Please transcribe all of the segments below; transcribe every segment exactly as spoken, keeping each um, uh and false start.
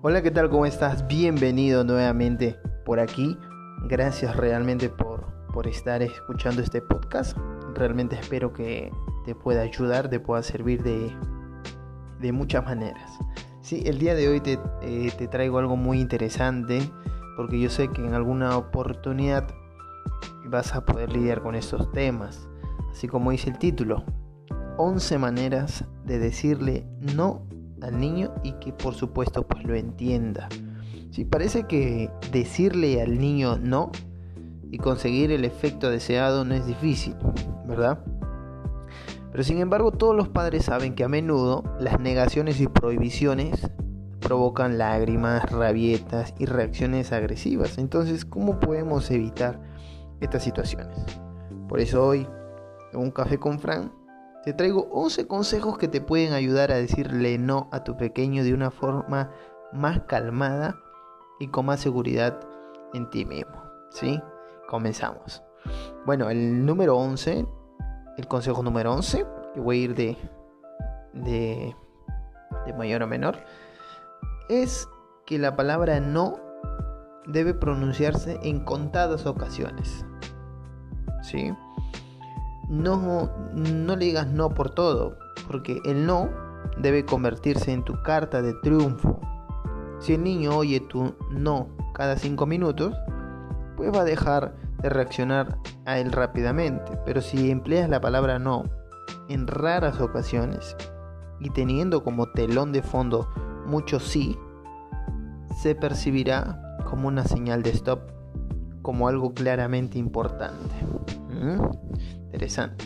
Hola, ¿qué tal? ¿Cómo estás? Bienvenido nuevamente por aquí. Gracias realmente por, por estar escuchando este podcast. Realmente espero que te pueda ayudar, te pueda servir de, de muchas maneras. Sí, el día de hoy te, eh, te traigo algo muy interesante porque yo sé que en alguna oportunidad vas a poder lidiar con estos temas. Así como dice el título, once maneras de decirle no al niño y que por supuesto pues lo entienda. Sí, parece que decirle al niño no y conseguir el efecto deseado no es difícil, ¿verdad? Pero sin embargo todos los padres saben que a menudo las negaciones y prohibiciones provocan lágrimas, rabietas y reacciones agresivas. Entonces, ¿cómo podemos evitar estas situaciones? Por eso hoy, en Un Café con Fran, te traigo once consejos que te pueden ayudar a decirle no a tu pequeño de una forma más calmada y con más seguridad en ti mismo. ¿Sí? Comenzamos. Bueno, el número once, el consejo número once, que voy a ir de, de, de mayor a menor, es que la palabra no debe pronunciarse en contadas ocasiones. ¿Sí? No, no le digas no por todo, porque el no debe convertirse en tu carta de triunfo. Si el niño oye tu no cada cinco minutos, pues va a dejar de reaccionar a él rápidamente. Pero si empleas la palabra no en raras ocasiones y teniendo como telón de fondo mucho sí, se percibirá como una señal de stop, como algo claramente importante. ¿Mm? Interesante.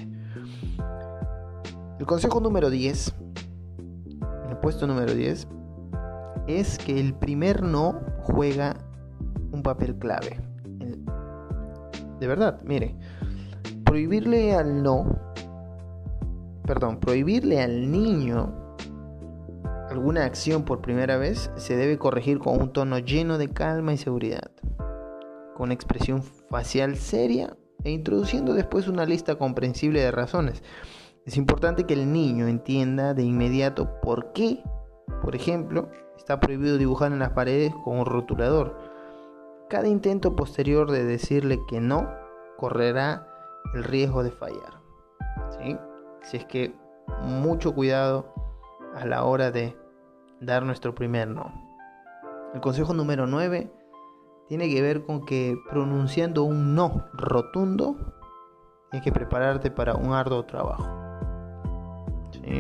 El consejo número diez, el puesto número diez, es que el primer no juega un papel clave. De verdad, mire, prohibirle al no, perdón, prohibirle al niño alguna acción por primera vez se debe corregir con un tono lleno de calma y seguridad, con expresión facial seria e introduciendo después una lista comprensible de razones. Es importante que el niño entienda de inmediato por qué, por ejemplo, está prohibido dibujar en las paredes con un rotulador. Cada intento posterior de decirle que no correrá el riesgo de fallar. ¿Sí? Así es que mucho cuidado a la hora de dar nuestro primer no. El consejo número nueve tiene que ver con que pronunciando un no rotundo tienes que prepararte para un arduo trabajo. ¿Sí?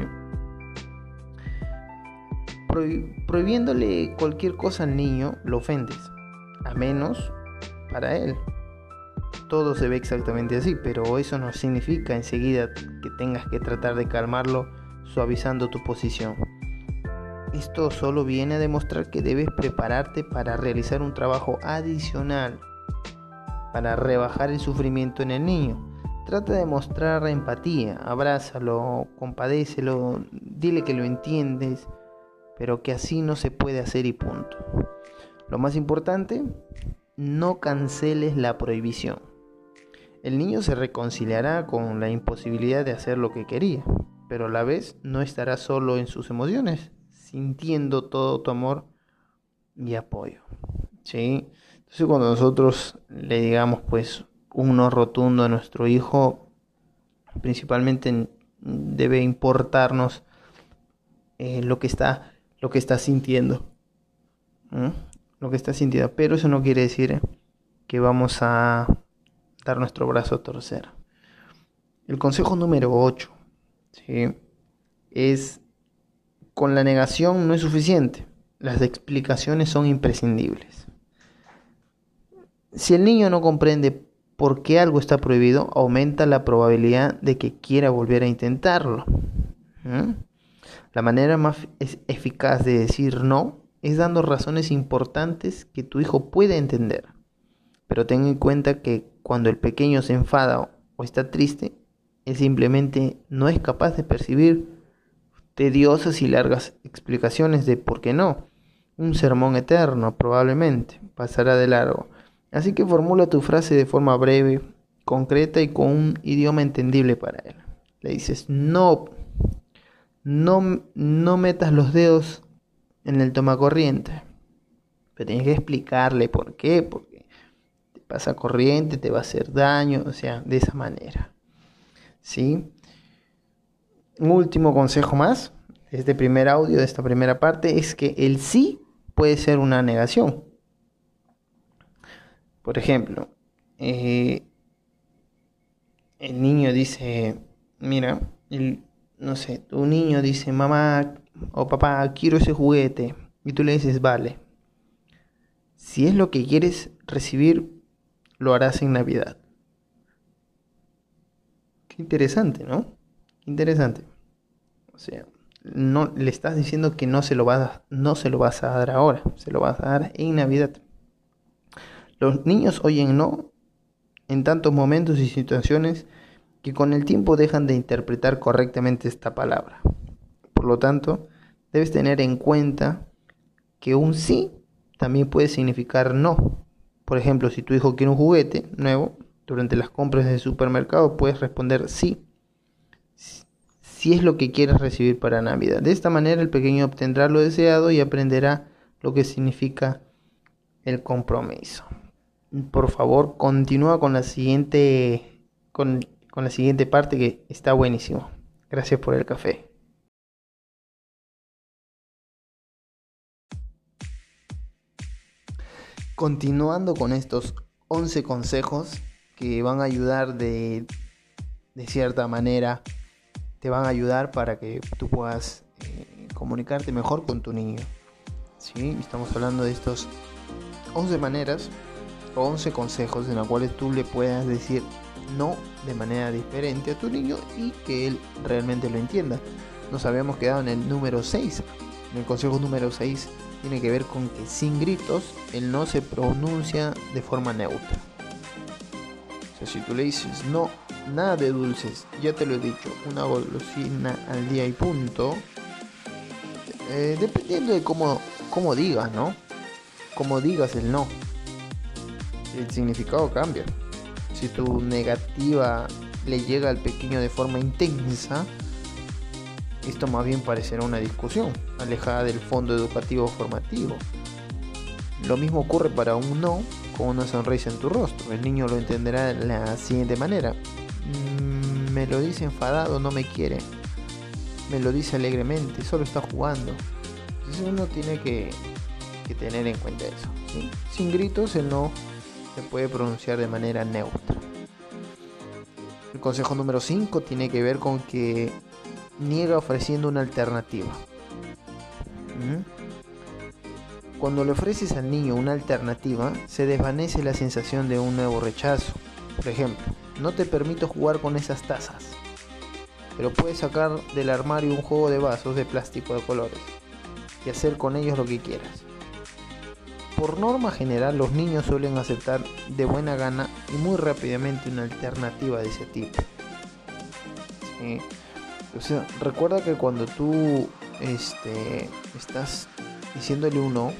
Prohib- prohibiéndole cualquier cosa al niño lo ofendes, a menos para él. Todo se ve exactamente así, pero eso no significa enseguida que tengas que tratar de calmarlo suavizando tu posición. Esto solo viene a demostrar que debes prepararte para realizar un trabajo adicional para rebajar el sufrimiento en el niño. Trata de mostrar empatía, abrázalo, compadécelo, dile que lo entiendes, pero que así no se puede hacer y punto. Lo más importante, no canceles la prohibición. El niño se reconciliará con la imposibilidad de hacer lo que quería, pero a la vez no estará solo en sus emociones, sintiendo todo tu amor y apoyo. ¿Sí? Entonces cuando nosotros le digamos pues un no rotundo a nuestro hijo, principalmente debe importarnos eh, lo que está lo que está sintiendo. ¿Mm? Lo que está sintiendo, pero eso no quiere decir que vamos a dar nuestro brazo a torcer. El consejo número ocho, ¿sí?, es: con la negación no es suficiente, las explicaciones son imprescindibles. Si el niño no comprende por qué algo está prohibido, aumenta la probabilidad de que quiera volver a intentarlo. ¿Mm? La manera más eficaz de decir no es dando razones importantes que tu hijo pueda entender. Pero ten en cuenta que cuando el pequeño se enfada o está triste, él simplemente no es capaz de percibir tediosas y largas explicaciones de por qué no. Un sermón eterno probablemente pasará de largo. Así que formula tu frase de forma breve, concreta y con un idioma entendible para él. Le dices: no, no, no metas los dedos en el tomacorriente. Pero tienes que explicarle por qué, porque te pasa corriente, te va a hacer daño, o sea, de esa manera. ¿Sí? Un último consejo más de este primer audio, de esta primera parte, es que el sí puede ser una negación. Por ejemplo, eh, el niño dice, mira, el, no sé, tu niño dice, mamá o papá, quiero ese juguete. Y tú le dices, vale. Si es lo que quieres recibir, lo harás en Navidad. Qué interesante, ¿no? Qué interesante. O sea, no le estás diciendo que no se lo vas a, no se lo vas a dar ahora, se lo vas a dar en Navidad. Los niños oyen no en tantos momentos y situaciones que con el tiempo dejan de interpretar correctamente esta palabra. Por lo tanto, debes tener en cuenta que un sí también puede significar no. Por ejemplo, si tu hijo quiere un juguete nuevo, durante las compras del supermercado puedes responder sí, si es lo que quieres recibir para Navidad. De esta manera el pequeño obtendrá lo deseado y aprenderá lo que significa el compromiso. Por favor, continúa con la siguiente con, con la siguiente parte, que está buenísimo. Gracias por el café. Continuando con estos once consejos que van a ayudar de, de cierta manera, te van a ayudar para que tú puedas eh, comunicarte mejor con tu niño. ¿Sí? Estamos hablando de estos once maneras o once consejos en los cuales tú le puedas decir no de manera diferente a tu niño y que él realmente lo entienda. Nos habíamos quedado en el número seis. En el consejo número seis tiene que ver con que sin gritos el no se pronuncia de forma neutra. O sea, si tú le dices no, nada de dulces, ya te lo he dicho, una golosina al día y punto, eh, dependiendo de cómo, cómo digas, ¿no? Cómo digas el no, el significado cambia. Si tu negativa le llega al pequeño de forma intensa, esto más bien parecerá una discusión, alejada del fondo educativo formativo. Lo mismo ocurre para un no con una sonrisa en tu rostro. El niño lo entenderá de la siguiente manera: mm, me lo dice enfadado, no me quiere. Me lo dice alegremente, solo está jugando. Entonces uno tiene que, que tener en cuenta eso, ¿sí? Sin gritos el no se puede pronunciar de manera neutra. El consejo número cinco tiene que ver con que niega ofreciendo una alternativa. ¿Mm? Cuando le ofreces al niño una alternativa, se desvanece la sensación de un nuevo rechazo. Por ejemplo, no te permito jugar con esas tazas, pero puedes sacar del armario un juego de vasos de plástico de colores y hacer con ellos lo que quieras. Por norma general, los niños suelen aceptar de buena gana y muy rápidamente una alternativa de ese tipo. ¿Sí? O sea, recuerda que cuando tú este, estás diciéndole un no,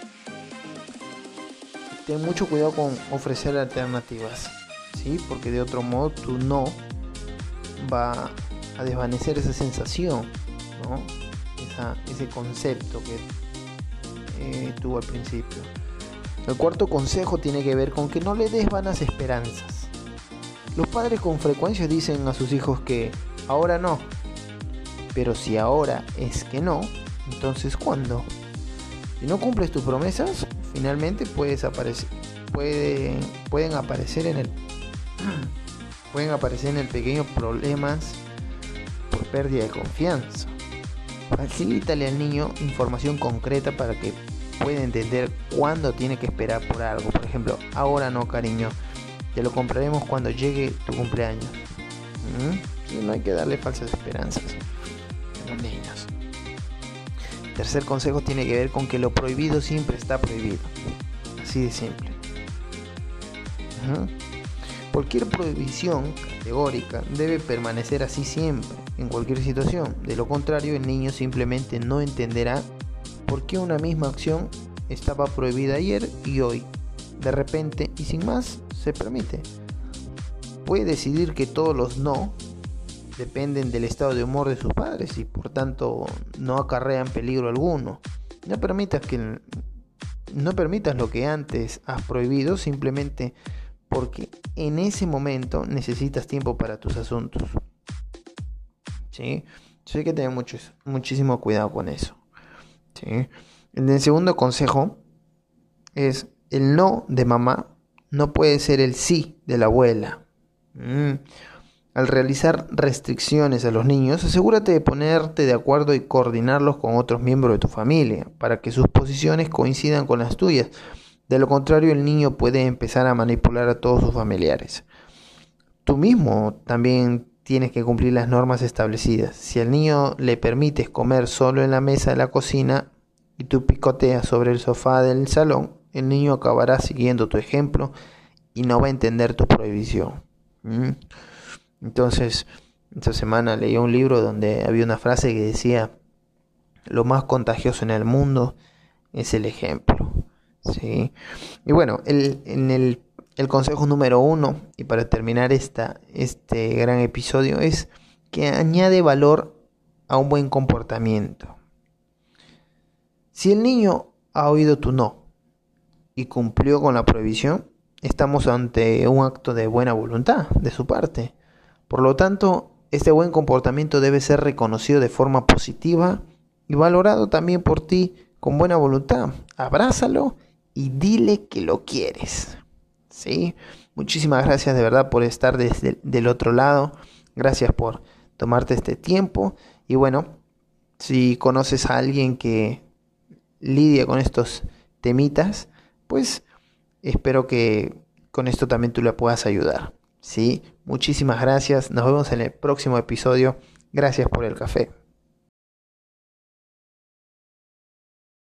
ten mucho cuidado con ofrecer alternativas, ¿sí? Porque de otro modo tu no va a desvanecer esa sensación, ¿no? Esa, ese concepto que eh, tuvo al principio. El cuarto consejo tiene que ver con que no le des vanas esperanzas. Los padres con frecuencia dicen a sus hijos que ahora no, pero si ahora es que no, entonces ¿cuándo? Si no cumples tus promesas, finalmente puedes aparecer, puede, pueden aparecer en el pueden aparecer en el pequeño problemas por pérdida de confianza. Facilítale al niño información concreta para que pueda entender cuándo tiene que esperar por algo. Por ejemplo, ahora no, cariño, te lo compraremos cuando llegue tu cumpleaños. ¿Mm? No hay que darle falsas esperanzas a los niños. Tercer consejo tiene que ver con que lo prohibido siempre está prohibido. Así de simple. Uh-huh. Cualquier prohibición categórica debe permanecer así siempre, en cualquier situación. De lo contrario, el niño simplemente no entenderá por qué una misma acción estaba prohibida ayer y hoy, de repente y sin más, se permite. Puede decidir que todos los no dependen del estado de humor de sus padres y por tanto no acarrean peligro alguno. No permitas que, no permitas lo que antes has prohibido simplemente porque en ese momento necesitas tiempo para tus asuntos. ¿Sí? Entonces hay que tener mucho, muchísimo cuidado con eso. ¿Sí? El segundo consejo es: el no de mamá no puede ser el sí de la abuela. Mm. Al realizar restricciones a los niños, asegúrate de ponerte de acuerdo y coordinarlos con otros miembros de tu familia para que sus posiciones coincidan con las tuyas. De lo contrario, el niño puede empezar a manipular a todos sus familiares. Tú mismo también tienes que cumplir las normas establecidas. Si al niño le permites comer solo en la mesa de la cocina y tú picoteas sobre el sofá del salón, el niño acabará siguiendo tu ejemplo y no va a entender tu prohibición. ¿Mm? Entonces, esta semana leí un libro donde había una frase que decía: lo más contagioso en el mundo es el ejemplo. ¿Sí? Y bueno, el, en el, el consejo número uno, y para terminar esta, este gran episodio, es que añade valor a un buen comportamiento. Si el niño ha oído tu no y cumplió con la prohibición, estamos ante un acto de buena voluntad de su parte. Por lo tanto, este buen comportamiento debe ser reconocido de forma positiva y valorado también por ti con buena voluntad. Abrázalo y dile que lo quieres. ¿Sí? Muchísimas gracias de verdad por estar desde el, del otro lado. Gracias por tomarte este tiempo. Y bueno, si conoces a alguien que lidia con estos temitas, pues espero que con esto también tú le puedas ayudar. ¿Sí? Muchísimas gracias. Nos vemos en el próximo episodio. Gracias por el café.